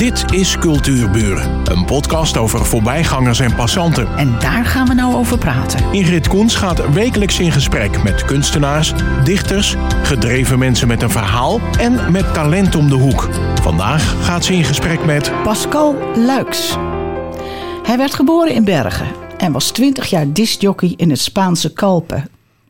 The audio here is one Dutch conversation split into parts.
Dit is Cultuurburen, een podcast over voorbijgangers en passanten. En daar gaan we nou over praten. Ingrid Koens gaat wekelijks in gesprek met kunstenaars, dichters, gedreven mensen met een verhaal en met talent om de hoek. Vandaag gaat ze in gesprek met Pascal Luiks. Hij werd geboren in Bergen en was 20 jaar discjockey in het Spaanse Calpe.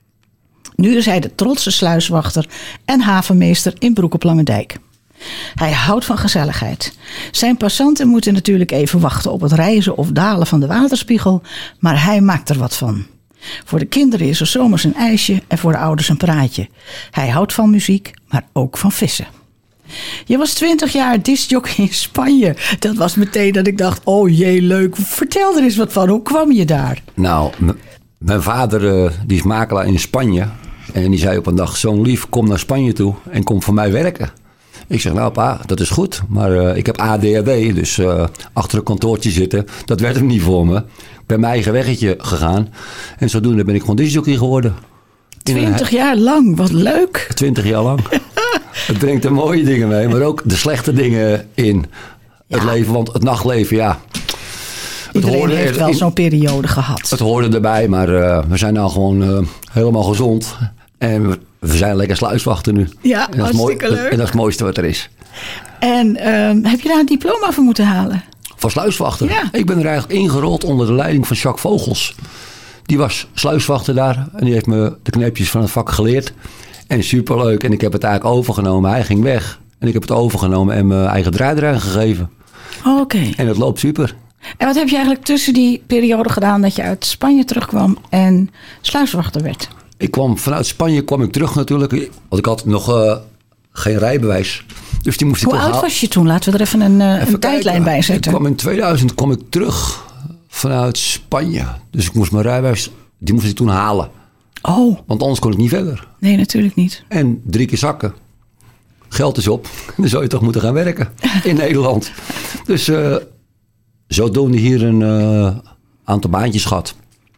Nu is hij de trotse sluiswachter en havenmeester in Broek op Langendijk. Hij houdt van gezelligheid. Zijn passanten moeten natuurlijk even wachten op het rijzen of dalen van de waterspiegel, maar hij maakt er wat van. Voor de kinderen is er zomers een ijsje en voor de ouders een praatje. Hij houdt van muziek, maar ook van vissen. Je was 20 jaar discjockey in Spanje. Dat was meteen dat ik dacht, oh jee, leuk. Vertel er eens wat van. Hoe kwam je daar? Nou, mijn vader die is makelaar in Spanje. En die zei op een dag, zoon lief, kom naar Spanje toe en kom voor mij werken. Ik zeg, nou pa, dat is goed. Maar ik heb ADHD, dus achter een kantoortje zitten, dat werd hem niet voor me. Ik ben mijn eigen weggetje gegaan. En zodoende ben ik gewoon discjockey geworden. 20 jaar lang, wat leuk. 20 jaar lang. Het brengt er mooie dingen mee, maar ook de slechte dingen in het leven. Want het nachtleven, ja. Iedereen heeft wel zo'n periode gehad. Het hoorde erbij, maar we zijn nou gewoon helemaal gezond. En we zijn lekker sluiswachten nu. Ja, en dat hartstikke leuk. En dat is het mooiste wat er is. En heb je daar een diploma voor moeten halen? Van sluiswachter? Ja. Ik ben er eigenlijk ingerold onder de leiding van Jacques Vogels. Die was sluiswachter daar. En die heeft me de kneepjes van het vak geleerd. En superleuk. En ik heb het eigenlijk overgenomen. Hij ging weg. En ik heb het overgenomen en mijn eigen draai eraan gegeven. Oké. En het loopt super. En wat heb je eigenlijk tussen die periode gedaan dat je uit Spanje terugkwam en sluiswachter werd? Vanuit Spanje kwam ik terug natuurlijk. Want ik had nog geen rijbewijs. Dus die moest ik Hoe oud was je toen? Laten we er even een tijdlijn bij zetten. In 2000 kwam ik terug vanuit Spanje. Dus ik moest mijn rijbewijs, die moest ik toen halen. Oh. Want anders kon ik niet verder. Nee, natuurlijk niet. En 3 keer zakken. Geld is op. Dan zou je toch moeten gaan werken in Nederland. Dus zodoende hier een aantal baantjes gehad.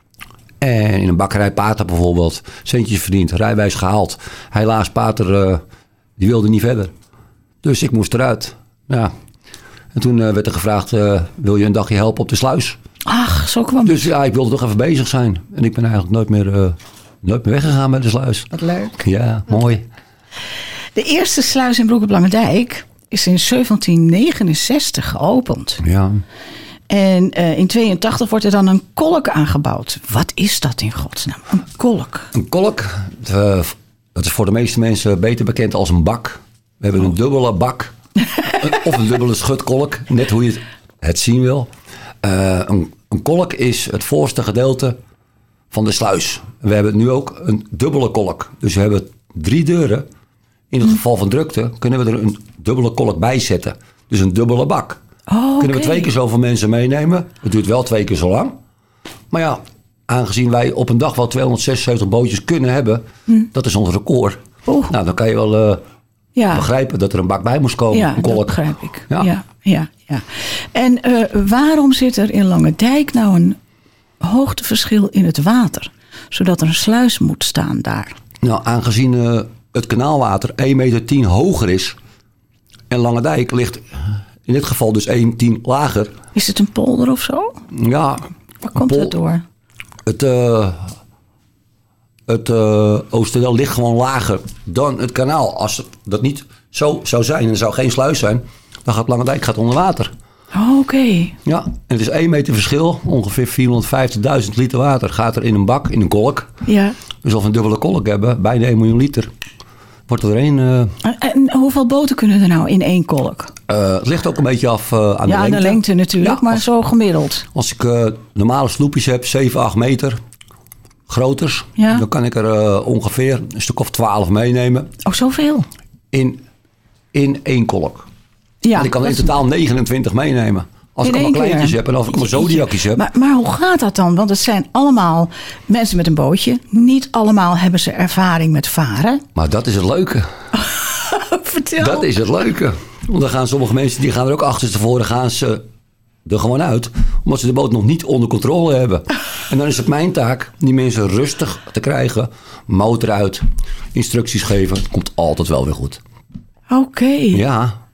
En in een bakkerij Pater bijvoorbeeld. Centjes verdiend, rijbewijs gehaald. Helaas, Pater, die wilde niet verder. Dus ik moest eruit. Ja. En toen werd er gevraagd, wil je een dagje helpen op de sluis? Ach, zo kwam het. Dus ja, ik wilde toch even bezig zijn. En ik ben eigenlijk nooit meer weggegaan bij de sluis. Wat leuk. Ja, mooi. De eerste sluis in Broek op Langendijk is in 1769 geopend. Ja. En in 82 wordt er dan een kolk aangebouwd. Wat is dat in godsnaam? Een kolk? Een kolk, dat is voor de meeste mensen beter bekend als een bak. We hebben een dubbele bak. Of een dubbele schutkolk. Net hoe je het zien wil. Een kolk is het voorste gedeelte van de sluis. We hebben nu ook een dubbele kolk. Dus we hebben 3 deuren. In het geval van drukte kunnen we er een dubbele kolk bij zetten. Dus een dubbele bak. Oh, kunnen we 2 keer zoveel mensen meenemen. Het duurt wel 2 keer zo lang. Maar ja, aangezien wij op een dag wel 276 bootjes kunnen hebben. Dat is ons record. Nou, dan kan je wel begrijpen dat er een bak bij moest komen. Ja, een kolk. Dat begrijp ik. Ja. Ja. En waarom zit er in Langendijk nou een hoogteverschil in het water? Zodat er een sluis moet staan daar. Nou, aangezien het kanaalwater 1,10 meter hoger is. En Langendijk ligt in dit geval dus 1,10 lager. Is het een polder of zo? Ja. Waar komt het door? Het Oosterdel ligt gewoon lager dan het kanaal. Als dat niet zo zou zijn en er zou geen sluis zijn, dan gaat Langendijk onder water. Oh, oké. Ja, en het is 1 meter verschil. Ongeveer 450.000 liter water gaat er in een bak, in een kolk. Ja. Dus als we een dubbele kolk hebben, bijna 1 miljoen liter, wordt er één... En hoeveel boten kunnen er nou in 1 kolk? Het ligt ook een beetje af aan de lengte. Ja, aan de lengte natuurlijk, maar zo gemiddeld. Als ik normale sloepjes heb, 7, 8 meter, groters, dan kan ik er ongeveer een stuk of 12 meenemen. Oh, zoveel? In 1 kolk. Ja, en ik kan in totaal 29 meenemen. Als ik allemaal kleintjes heb en als ik allemaal zodiacjes heb. Maar hoe gaat dat dan? Want het zijn allemaal mensen met een bootje. Niet allemaal hebben ze ervaring met varen. Maar dat is het leuke. Vertel. Dat is het leuke. Want dan gaan sommige mensen, die gaan er ook achterstevoren, gaan ze er gewoon uit. Omdat ze de boot nog niet onder controle hebben. En dan is het mijn taak die mensen rustig te krijgen. Motor uit, instructies geven. Het komt altijd wel weer goed. Oké. Ja,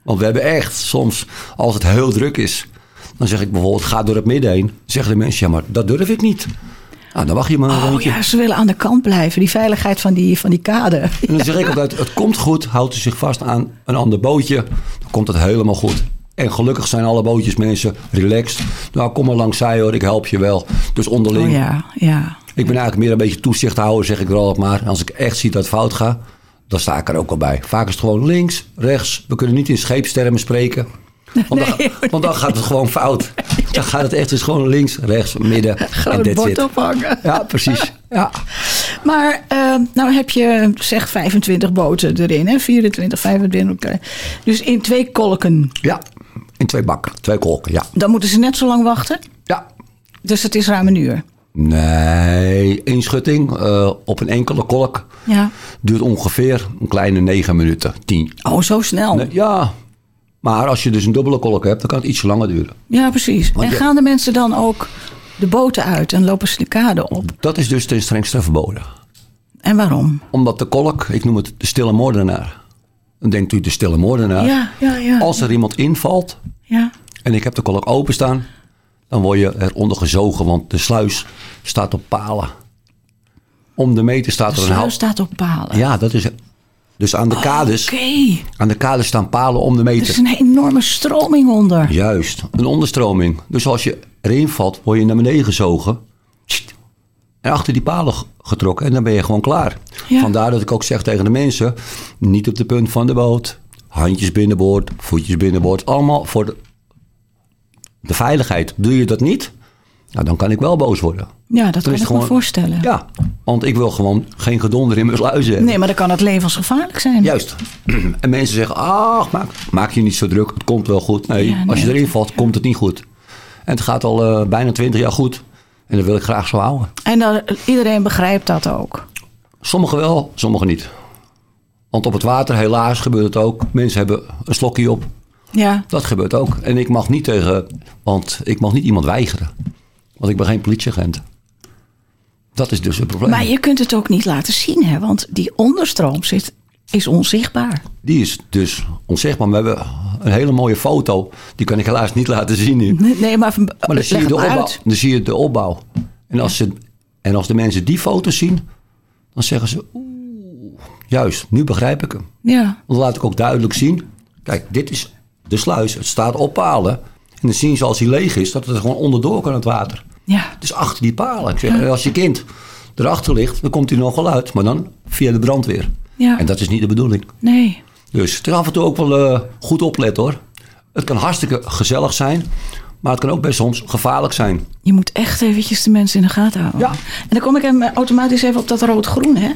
Want we hebben echt soms, als het heel druk is... dan zeg ik bijvoorbeeld, ga door het midden heen. Dan zeggen de mensen, ja, maar dat durf ik niet. Nou, dan wacht je maar een rondje. Ja, ze willen aan de kant blijven. Die veiligheid van die kade. En dan zeg ik altijd, het komt goed. Houdt u zich vast aan een ander bootje. Dan komt het helemaal goed. En gelukkig zijn alle bootjes mensen relaxed. Nou, kom maar langs zij hoor, ik help je wel. Dus onderling. Oh ja. Ik ben eigenlijk meer een beetje toezichthouder, zeg ik er altijd maar. Als ik echt zie dat het fout gaat, dan sta ik er ook al bij. Vaak is het gewoon links, rechts. We kunnen niet in scheepstermen spreken. Want dan gaat het gewoon fout. Dan gaat het echt dus gewoon links, rechts, midden. Groot en bord ophangen. Ja, precies. Ja. Maar nou heb je zeg 25 boten erin, hè? 24, 25. Dus in 2 kolken. Ja, in 2 bakken, 2 kolken, ja. Dan moeten ze net zo lang wachten? Ja. Dus het is ruim een uur? Nee, 1 schutting op een enkele kolk duurt ongeveer een kleine 9 minuten, 10. Oh, zo snel? Nee, ja, maar als je dus een dubbele kolk hebt, dan kan het iets langer duren. Ja, precies. En gaan de mensen dan ook de boten uit en lopen ze de kade op? Dat is dus ten strengste verboden. En waarom? Omdat de kolk, ik noem het de stille moordenaar. Dan denkt u de stille moordenaar. Ja. Als er iemand invalt en ik heb de kolk openstaan, dan word je eronder gezogen, want de sluis staat op palen. Om de meter staat er een sluis staat op palen? Ja, dat is... Dus aan de kades, aan de kades staan palen om de meter. Er is een enorme stroming onder. Juist, een onderstroming. Dus als je erin valt, word je naar beneden gezogen. En achter die palen getrokken en dan ben je gewoon klaar. Ja. Vandaar dat ik ook zeg tegen de mensen, niet op de punt van de boot. Handjes binnenboord, voetjes binnenboord. Allemaal voor de veiligheid. Doe je dat niet, nou, dan kan ik wel boos worden. Ja, dat kan ik me voorstellen. Ja, want ik wil gewoon geen gedonder in mijn sluizen hebben. Nee, maar dan kan het levensgevaarlijk zijn. Juist. En mensen zeggen, maak je niet zo druk, het komt wel goed. Nee, als je erin valt, komt het niet goed. En het gaat al bijna 20 jaar goed. En dat wil ik graag zo houden. En iedereen begrijpt dat ook? Sommigen wel, sommigen niet. Want op het water, helaas, gebeurt het ook. Mensen hebben een slokje op. Ja. Dat gebeurt ook. En ik mag niet want ik mag niet iemand weigeren. Want ik ben geen politieagent. Dat is dus het probleem. Maar je kunt het ook niet laten zien, hè? Want die onderstroom is onzichtbaar. Die is dus onzichtbaar. We hebben een hele mooie foto. Die kan ik helaas niet laten zien nu. Nee, maar dan zie je de opbouw. Dan zie je de opbouw. En als de mensen die foto's zien, dan zeggen ze, juist, nu begrijp ik hem. Ja. Want dan laat ik ook duidelijk zien. Kijk, dit is de sluis. Het staat op palen. En dan zien ze als hij leeg is, dat het er gewoon onderdoor kan het water. Ja. Dus achter die palen. Ik zeg, als je kind erachter ligt, dan komt hij nog wel uit. Maar dan via de brandweer. Ja. En dat is niet de bedoeling. Nee. Dus het is af en toe ook wel goed opletten hoor. Het kan hartstikke gezellig zijn. Maar het kan ook best soms gevaarlijk zijn. Je moet echt eventjes de mensen in de gaten houden. Ja. En dan kom ik automatisch even op dat rood-groen, hè?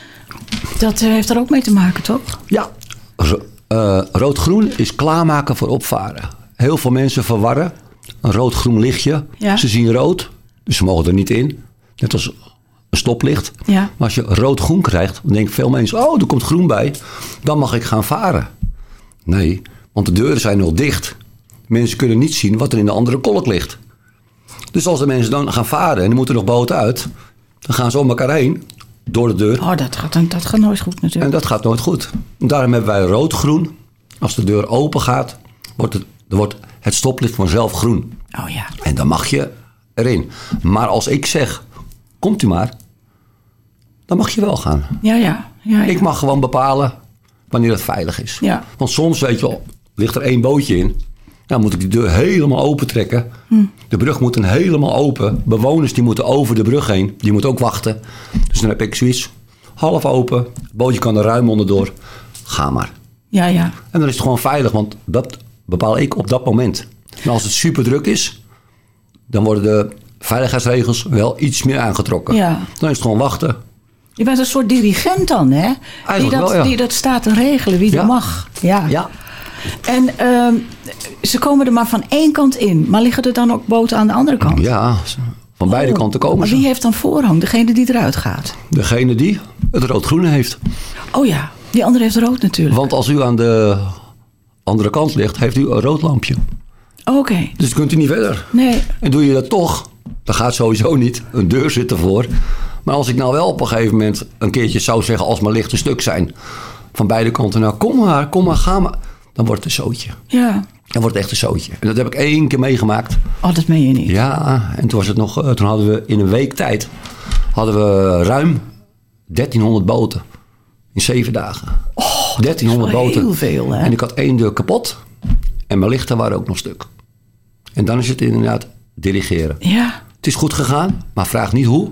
Dat heeft er ook mee te maken, toch? Ja. Rood-groen is klaarmaken voor opvaren. Heel veel mensen verwarren een rood-groen lichtje. Ja. Ze zien rood, dus ze mogen er niet in. Net als een stoplicht. Ja. Maar als je rood-groen krijgt, dan denken veel mensen, er komt groen bij. Dan mag ik gaan varen. Nee, want de deuren zijn nog dicht. Mensen kunnen niet zien wat er in de andere kolk ligt. Dus als de mensen dan gaan varen en er moeten nog boten uit, dan gaan ze om elkaar heen door de deur. Dat gaat nooit goed natuurlijk. En dat gaat nooit goed. En daarom hebben wij rood-groen. Als de deur open gaat, wordt het stoplicht vanzelf groen. Oh ja. En dan mag je erin. Maar als ik zeg, komt u maar, dan mag je wel gaan. Ja. Ik mag gewoon bepalen wanneer het veilig is. Ja. Want soms, weet je wel, ligt er 1 bootje in. Dan moet ik die deur helemaal open trekken. De brug moet dan helemaal open. Bewoners die moeten over de brug heen. Die moeten ook wachten. Dus dan heb ik zoiets. Half open. Het bootje kan er ruim onderdoor. Ga maar. Ja. En dan is het gewoon veilig. Want dat bepaal ik op dat moment. En als het super druk is, dan worden de veiligheidsregels wel iets meer aangetrokken. Ja. Dan is het gewoon wachten. Je bent een soort dirigent dan, hè? Die dat staat te regelen, wie er mag. Ja. En ze komen er maar van 1 kant in. Maar liggen er dan ook boten aan de andere kant? Ja, van beide kanten komen ze. Maar wie heeft dan voorrang? Degene die eruit gaat? Degene die het rood-groene heeft. Oh ja, die andere heeft rood natuurlijk. Want als u aan de andere kant ligt, heeft u een rood lampje. Oké. Dus dan kunt u niet verder. Nee. En doe je dat toch, dan gaat sowieso niet. Een deur zit ervoor. Maar als ik nou wel op een gegeven moment een keertje zou zeggen, als mijn lichten stuk zijn, van beide kanten, nou kom maar, ga maar. dan wordt het een zootje. Ja. Dan wordt het echt een zootje. En dat heb ik 1 keer meegemaakt. Oh, dat meen je niet. Ja, en toen was het nog... Toen hadden we in een week tijd... hadden we ruim 1300 boten. In 7 dagen. 1300 boten. Heel veel, hè? En ik had 1 deur kapot. En mijn lichten waren ook nog stuk. En dan is het inderdaad dirigeren. Ja. Het is goed gegaan, maar vraag niet hoe.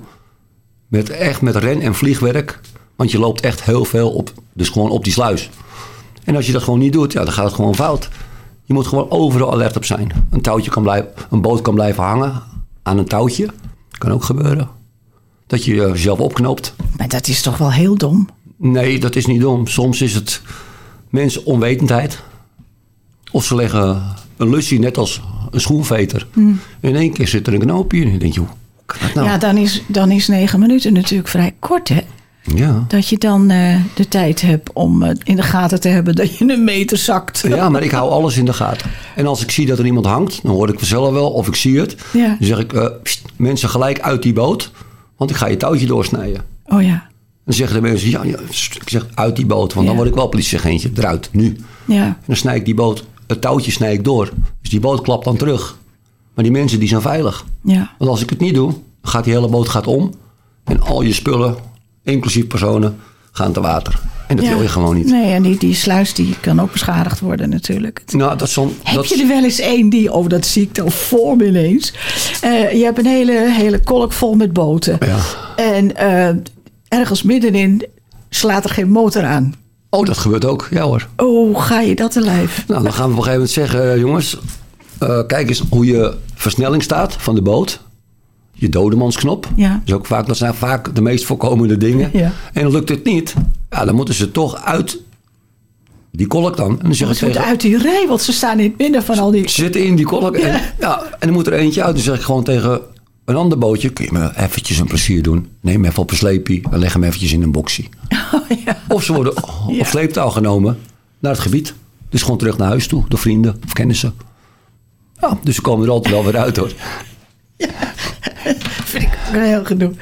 Met ren- en vliegwerk. Want je loopt echt heel veel op. Dus gewoon op die sluis. En als je dat gewoon niet doet, ja, dan gaat het gewoon fout. Je moet gewoon overal alert op zijn. Een boot kan blijven hangen aan een touwtje. Kan ook gebeuren. Dat je jezelf opknoopt. Maar dat is toch wel heel dom? Nee, dat is niet dom. Soms is het mensen onwetendheid. Of ze leggen een lusje net als een schoenveter. In 1 keer zit er een knoopje in. En dan denk je, hoe kan dat nou? Ja, dan is 9 minuten natuurlijk vrij kort, hè? Ja. Dat je dan de tijd hebt om in de gaten te hebben dat je een meter zakt. Ja, maar ik hou alles in de gaten. En als ik zie dat er iemand hangt, dan hoor ik vanzelf wel of ik zie het. Ja. Dan zeg ik, mensen gelijk uit die boot. Want ik ga je touwtje doorsnijden. Oh ja. Dan zeggen de mensen, ja, ik zeg uit die boot. Want dan word ik wel politieagentje. Eruit, nu. Ja. En dan snij ik die boot, het touwtje snij ik door. Dus die boot klapt dan terug. Maar die mensen die zijn veilig. Ja. Want als ik het niet doe, dan gaat die hele boot om. En al je spullen, inclusief personen, gaan te water. En dat wil je gewoon niet. Nee, en die sluis die kan ook beschadigd worden natuurlijk. Nou, Heb je er wel eens één die, dat zie ik dan voor me ineens. Je hebt een hele kolk vol met boten. Ja. En ergens middenin slaat er geen motor aan. Oh, dat gebeurt ook. Ja hoor. Oh, ga je dat te lijf? Nou, dan gaan we op een gegeven moment zeggen, jongens, kijk eens hoe je versnelling staat van de boot. Je dodemansknop. Ja. Dat zijn vaak de meest voorkomende dingen. Ja. En dan lukt het niet. Ja, dan moeten ze toch uit die kolk dan. En dan zeg ik Ze moeten uit die rij, want ze staan in het midden van al die... Ze zitten in die kolk. Ja. En dan moet er eentje uit. Dan zeg ik gewoon tegen een ander bootje, kun je me eventjes een plezier doen? Neem hem even op een sleepie en leg hem eventjes in een boxie. Oh, ja. Of ze worden op sleeptouw genomen naar het gebied. Dus gewoon terug naar huis toe, door vrienden of kennissen. Ja, dus ze komen er altijd wel weer uit hoor. Ja, vind ik ook een heel gedoe.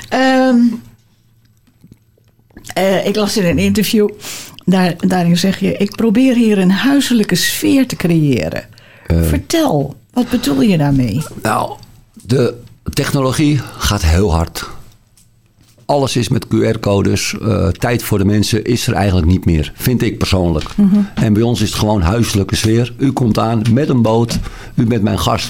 Ik las in een interview, daarin zeg je... ik probeer hier een huiselijke sfeer te creëren. Vertel, wat bedoel je daarmee? Nou, de technologie gaat heel hard. Alles is met QR-codes. Tijd voor de mensen is er eigenlijk niet meer, vind ik persoonlijk. Mm-hmm. En bij ons is het gewoon huiselijke sfeer. U komt aan met een boot, u bent mijn gast.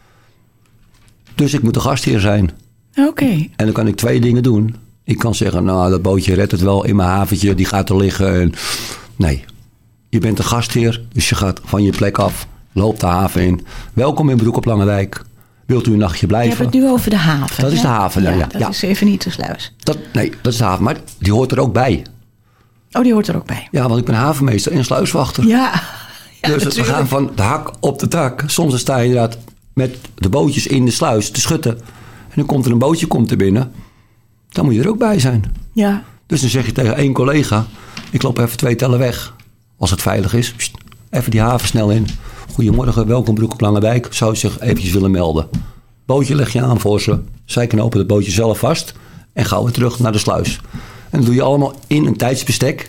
Dus ik moet de gastheer zijn. Oké. En dan kan ik 2 dingen doen. Ik kan zeggen, nou, dat bootje redt het wel in mijn haventje. Die gaat er liggen. En... Nee, je bent de gastheer. Dus je gaat van je plek af. Loopt de haven in. Welkom in Broek op Langendijk. Wilt u een nachtje blijven? Je hebt het nu over de haven. Dat is de haven, ja. Dat is even niet de sluis. Nee, dat is de haven. Maar die hoort er ook bij. Oh, die hoort er ook bij. Ja, want ik ben havenmeester en sluiswachter. Ja. Dus natuurlijk. we gaan van de hak op de tak. Soms sta je inderdaad met de bootjes in de sluis te schutten. En dan komt er een bootje er binnen. Dan moet je er ook bij zijn. Ja. Dus dan zeg je tegen 1 collega... ik loop even 2 tellen weg. Als het veilig is. Pst, even die haven snel in. Goedemorgen, welkom Broek op Langendijk. Zou je zich eventjes willen melden. Bootje leg je aan voor ze. Zij knopen het bootje zelf vast. En gaan we terug naar de sluis. En dat doe je allemaal in een tijdsbestek...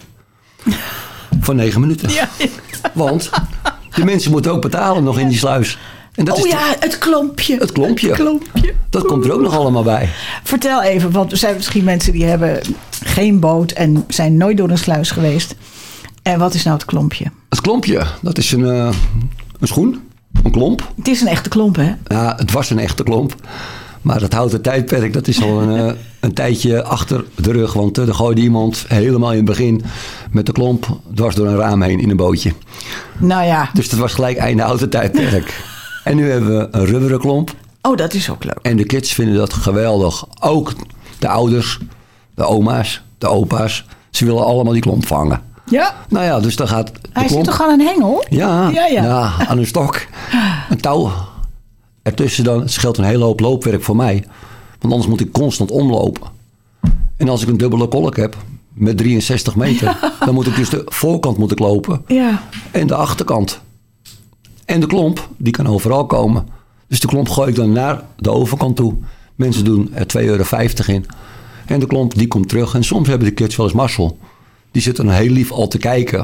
van 9 minuten. Ja. Want de mensen moeten ook betalen nog in die sluis. En dat is het klompje. Het klompje. Dat komt er ook nog allemaal bij. Vertel even, want er zijn misschien mensen die hebben geen boot en zijn nooit door een sluis geweest. En wat is nou het klompje? Het klompje, dat is een schoen, een klomp. Het is een echte klomp, hè? Ja, het was een echte klomp. Maar dat houdt het tijdperk, dat is al een tijdje achter de rug. Want er gooide iemand helemaal in het begin met de klomp dwars door een raam heen in een bootje. Nou ja. Dus dat was gelijk einde oude tijdperk. En nu hebben we een rubberen klomp. Oh, dat is ook leuk. En de kids vinden dat geweldig. Ook de ouders, de oma's, de opa's. Ze willen allemaal die klomp vangen. Ja. Nou ja, dus dan gaat de Hij klomp... zit toch aan een hengel? Ja, Ja. aan een stok. Een touw. Ertussen dan, het scheelt een hele hoop loopwerk voor mij. Want anders moet ik constant omlopen. En als ik een dubbele kolk heb met 63 meter... dan moet ik dus de voorkant lopen. Ja. En de achterkant. En de klomp, die kan overal komen. Dus de klomp gooi ik dan naar de overkant toe. Mensen doen er €2,50 in. En de klomp, die komt terug. En soms hebben de kids wel eens mazzel. Die zitten een heel lief al te kijken.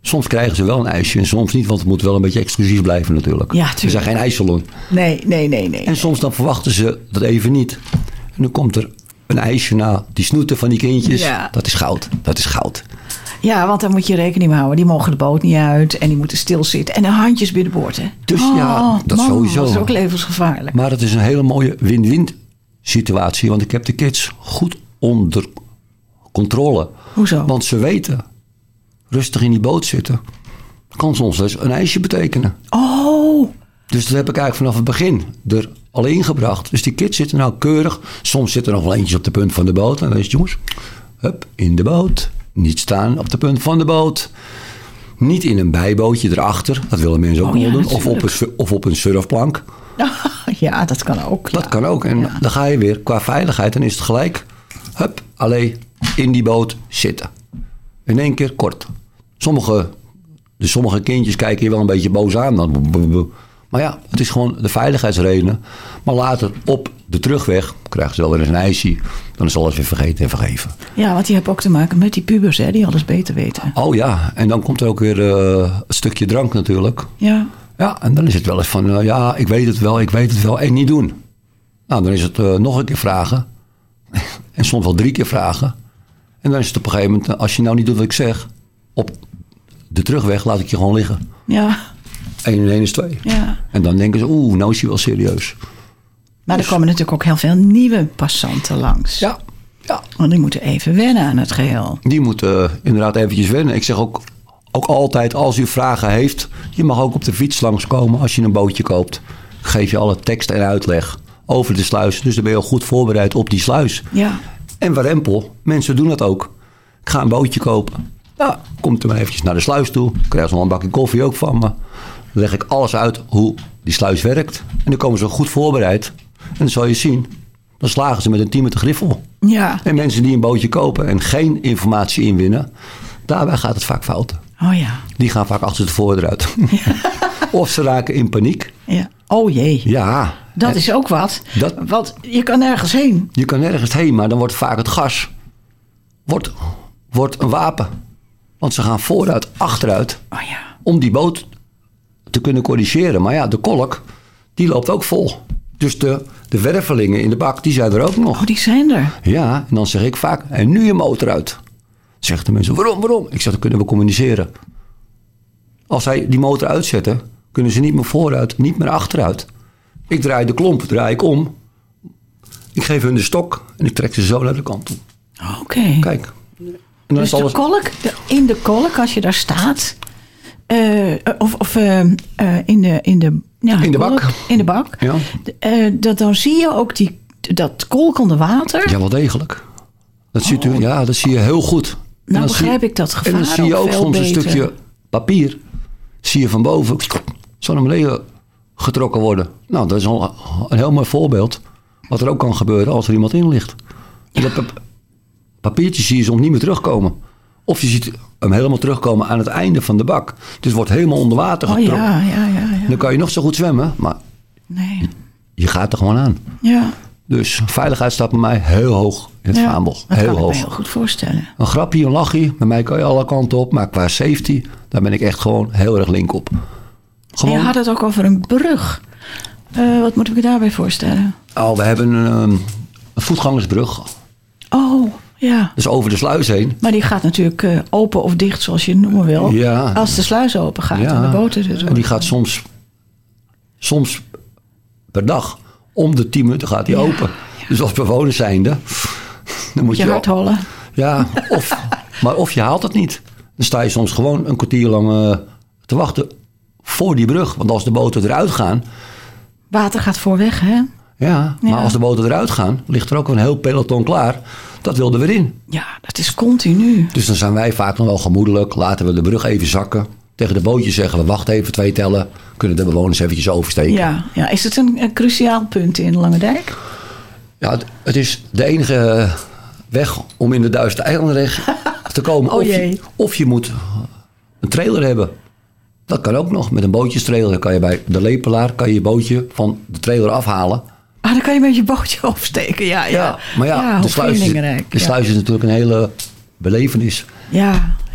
Soms krijgen ze wel een ijsje en soms niet, want het moet wel een beetje exclusief blijven natuurlijk. Ja, Ze zijn geen ijssalon. Nee. En soms dan verwachten ze dat even niet. En dan komt er een ijsje na. Die snoeten van die kindjes, Ja. dat is goud. Ja, want daar moet je rekening mee houden. Die mogen de boot niet uit en die moeten stilzitten. En de handjes binnenboord, hè? Dus ja, dat man, sowieso. Dat is ook levensgevaarlijk. Maar het is een hele mooie win-win situatie. Want ik heb de kids goed onder controle. Hoezo? Want ze weten, rustig in die boot zitten, kan soms dus een ijsje betekenen. Oh, Dus dat heb ik eigenlijk vanaf het begin er al ingebracht. Dus die kids zitten nou keurig. Soms zitten er nog wel eentjes op de punt van de boot. En dan is het, jongens, hup, in de boot. Niet staan op de punt van de boot. Niet in een bijbootje erachter. Dat willen mensen ook Oh, wel ja, doen. Of op een surfplank. ja, dat kan ook. Dat kan ook. En dan ga je weer qua veiligheid. Dan is het gelijk, hup, alleen in die boot zitten. In één keer kort. Sommige kindjes kijken je wel een beetje boos aan. Maar ja, het is gewoon de veiligheidsredenen. Maar later op de terugweg krijgen ze wel weer eens een ijsje. Dan is alles weer vergeten en vergeven. Ja, want die hebben ook te maken met die pubers, hè, die alles beter weten. Oh ja, en dan komt er ook weer een stukje drank natuurlijk. Ja. Ja, en dan is het wel eens van, ja, ik weet het wel en niet doen. Nou, dan is het nog een keer vragen. En soms wel 3 keer vragen. En dan is het op een gegeven moment, als je nou niet doet wat ik zeg, op de terugweg laat ik je gewoon liggen. Ja. 1 en 1 is 2. Ja. En dan denken ze, nou is hij wel serieus. Maar er komen natuurlijk ook heel veel nieuwe passanten langs. Ja. Want die moeten even wennen aan het geheel. Die moeten inderdaad eventjes wennen. Ik zeg ook altijd, als u vragen heeft, je mag ook op de fiets langskomen als je een bootje koopt. Ik geef je alle tekst en uitleg over de sluis. Dus dan ben je al goed voorbereid op die sluis. Ja. En warempel, mensen doen dat ook. Ik ga een bootje kopen. Nou, komt er maar eventjes naar de sluis toe. Krijg ze nog een bakje koffie ook van me. Dan leg ik alles uit hoe die sluis werkt. En dan komen ze goed voorbereid. En dan zal je zien, dan slagen ze met een team met de griffel. Ja. En mensen die een bootje kopen en geen informatie inwinnen, daarbij gaat het vaak fout. Oh ja. Die gaan vaak achter de voordeur uit. Of ze raken in paniek. Ja. Oh jee. Ja. Dat is ook wat. Dat- Want je kan nergens heen. Je kan nergens heen, maar dan wordt vaak het gas wordt een wapen. Want ze gaan vooruit, achteruit, Oh ja. om die boot te kunnen corrigeren. Maar ja, de kolk, die loopt ook vol. Dus de wervelingen in de bak, die zijn er ook nog. Oh, die zijn er. Ja, en dan zeg ik vaak, en nu je motor uit. Zeggen de mensen, waarom? Ik zeg, dan kunnen we communiceren. Als zij die motor uitzetten, kunnen ze niet meer vooruit, niet meer achteruit. Ik draai de klomp, om. Ik geef hun de stok en ik trek ze zo naar de kant toe. Oké. Kijk. En dan Dus is alles... de kolk, in de kolk, als je daar staat, in de bak. In de bak. Ja. Dan zie je ook dat kolkende water. Ja, wel degelijk. Dat zie je heel goed. En Nou dan begrijp zie- ik dat gevaar En dan zie je ook veel soms een beter. stukje papier. Zie je van boven zo naar beneden getrokken worden. Nou, dat is al een heel mooi voorbeeld. Wat er ook kan gebeuren als er iemand in ligt. En dat papiertje zie je soms niet meer terugkomen. Of je ziet hem helemaal terugkomen aan het einde van de bak. Dus het wordt helemaal onder water Oh getrokken. ja. Dan kan je nog zo goed zwemmen, maar Nee. je gaat er gewoon aan. Ja. Dus veiligheid staat bij mij heel hoog in het vaandel. Dat Heel kan ik hoog. me heel goed voorstellen. Een grapje, een lachje. Bij mij kan je alle kanten op. Maar qua safety, daar ben ik echt gewoon heel erg link op. En Gewoon, je had het ook over een brug. Wat moet ik me daarbij voorstellen? we hebben een voetgangersbrug. Oh, ja. Dus over de sluis heen. Maar die gaat natuurlijk open of dicht, zoals je het noemen wil. Ja. Als de sluis open gaat en de boten erdoor. En die gaat soms per dag om de 10 minuten gaat die open. Dus als bewoner zijnde, dan moet je hard hollen. Ja, of je haalt het niet. Dan sta je soms gewoon een kwartier lang te wachten voor die brug. Want als de boten eruit gaan... Water gaat voor weg, hè? Ja, maar als de boten eruit gaan, ligt er ook een heel peloton klaar. Dat wil er weer in. Ja, dat is continu. Dus dan zijn wij vaak nog wel gemoedelijk. Laten we de brug even zakken. Tegen de bootjes zeggen we, wacht even, 2 tellen. Kunnen de bewoners eventjes oversteken. Ja. Is het een cruciaal punt in Langendijk? Ja, het is de enige weg om in de Duitse eilandenweg te komen. Oh jee. Of je moet een trailer hebben. Dat kan ook nog. Met een bootjestrailer dan kan je bij de Lepelaar je bootje van de trailer afhalen. Ah, dan kan je met je bootje oversteken. Ja. Maar ja, de hoe sluis vindingrijk. is natuurlijk een hele belevenis. Ja.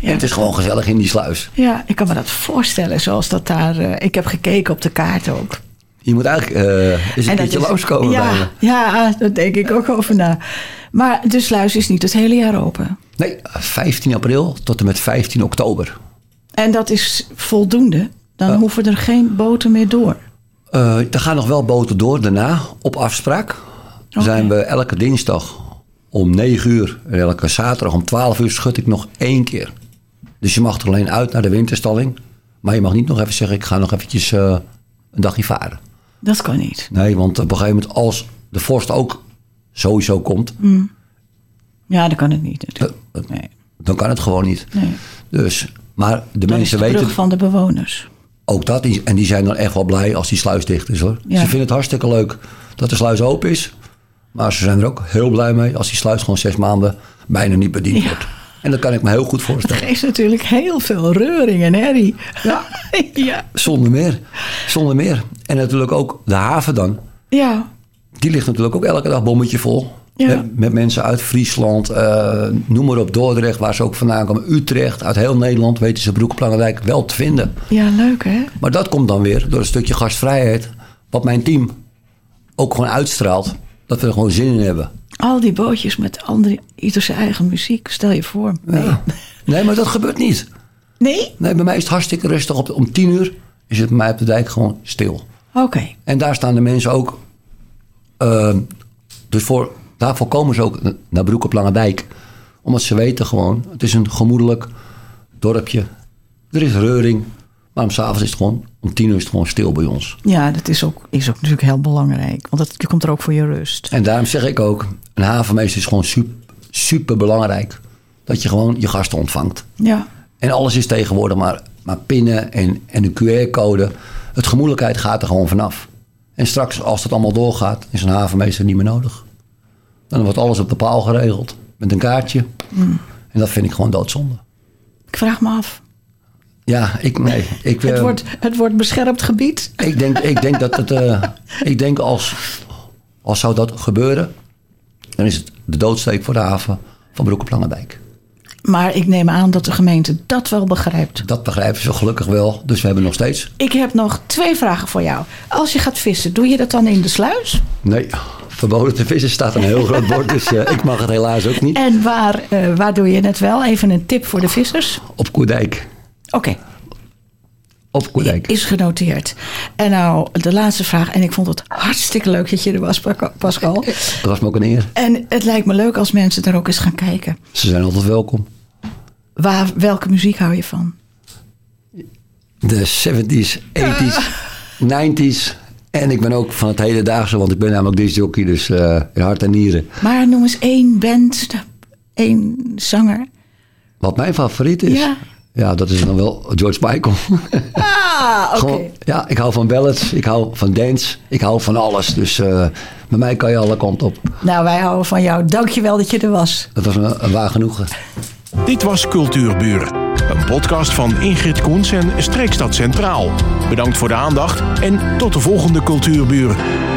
Ja. En het is gewoon gezellig in die sluis. Ja, ik kan me dat voorstellen, zoals dat daar... ik heb gekeken op de kaart ook. Je moet eigenlijk eens een keertje langskomen bij me. Ja, daar denk ik ook over na. Maar de sluis is niet het hele jaar open. Nee, 15 april tot en met 15 oktober. En dat is voldoende? Dan hoeven er geen boten meer door? Er gaan nog wel boten door daarna, op afspraak. Okay. Zijn we elke dinsdag om 9 uur en elke zaterdag om 12 uur schud ik nog 1 keer. Dus je mag er alleen uit naar de winterstalling. Maar je mag niet nog even zeggen, ik ga nog eventjes een dagje varen. Dat kan niet. Nee, want op een gegeven moment als de vorst ook sowieso komt... Ja, dat kan het niet natuurlijk. Nee. Dan kan het gewoon niet. Nee. Dus, maar de Dan mensen is de weten... brug van de bewoners. Ook dat. En die zijn dan echt wel blij als die sluis dicht is, hoor. Ja. Ze vinden het hartstikke leuk dat de sluis open is. Maar ze zijn er ook heel blij mee als die sluis gewoon 6 maanden bijna niet bediend wordt. En dat kan ik me heel goed Het voorstellen. geeft natuurlijk heel veel reuring en herrie. Ja, Ja. zonder meer. Zonder meer. En natuurlijk ook de haven dan. Ja. Die ligt natuurlijk ook elke dag bommetje vol. Ja. Met mensen uit Friesland, noem maar op, Dordrecht, waar ze ook vandaan komen. Utrecht, uit heel Nederland weten ze Broek op Lange Dijk wel te vinden. Ja, leuk hè? Maar dat komt dan weer door een stukje gastvrijheid. Wat mijn team ook gewoon uitstraalt. Dat we er gewoon zin in hebben. Al die bootjes met ieder zijn eigen muziek. Stel je voor. Nee. Ja. Nee, maar dat gebeurt niet. Nee? Nee, bij mij is het hartstikke rustig. Om 10 uur is het bij mij op de dijk gewoon stil. Oké. En daar staan de mensen ook... dus daarvoor komen ze ook naar Broek op Lange Dijk. Omdat ze weten gewoon... Het is een gemoedelijk dorpje. Er is reuring. Maar s'avonds is het gewoon... Om 10 uur is het gewoon stil bij ons. Ja, dat is ook natuurlijk heel belangrijk. Want je komt er ook voor je rust. En daarom zeg ik ook... Een havenmeester is gewoon super belangrijk. Dat je gewoon je gasten ontvangt. Ja. En alles is tegenwoordig maar pinnen en een QR-code. Het gemoedelijkheid gaat er gewoon vanaf. En straks, als dat allemaal doorgaat, is een havenmeester niet meer nodig. Dan wordt alles op de paal geregeld. Met een kaartje. En dat vind ik gewoon doodzonde. Ik vraag me af. Ja, Het wordt beschermd gebied. Ik denk dat het... ik denk als zou dat gebeuren... dan is het de doodsteek voor de haven van Broek op Lange Dijk. Maar ik neem aan dat de gemeente dat wel begrijpt. Dat begrijpen ze gelukkig wel. Dus we hebben nog steeds... Ik heb nog 2 vragen voor jou. Als je gaat vissen, doe je dat dan in de sluis? Nee, verboden te vissen staat een heel groot bord. Dus ik mag het helaas ook niet. En waar doe je het wel? Even een tip voor de vissers. Op Koerdijk. Oké. Op Koerdijk. Is genoteerd. En nou, de laatste vraag. En ik vond het hartstikke leuk dat je er was, Pascal. Dat was me ook een eer. En het lijkt me leuk als mensen daar ook eens gaan kijken. Ze zijn altijd welkom. Welke muziek hou je van? De 70s, 80s, 90s. En ik ben ook van het hedendaagse, want ik ben namelijk discjockey, dus in hart en nieren. Maar noem eens 1 band, 1 zanger. Wat mijn favoriet is? Ja, dat is dan wel George Michael. Ah, oké. Ja, ik hou van ballads, ik hou van dance, ik hou van alles. Dus bij mij kan je alle kanten op. Nou, wij houden van jou. Dank je wel dat je er was. Dat was een waar genoegen. Dit was Cultuurburen, een podcast van Ingrid Koens en Streekstad Centraal. Bedankt voor de aandacht en tot de volgende Cultuurburen.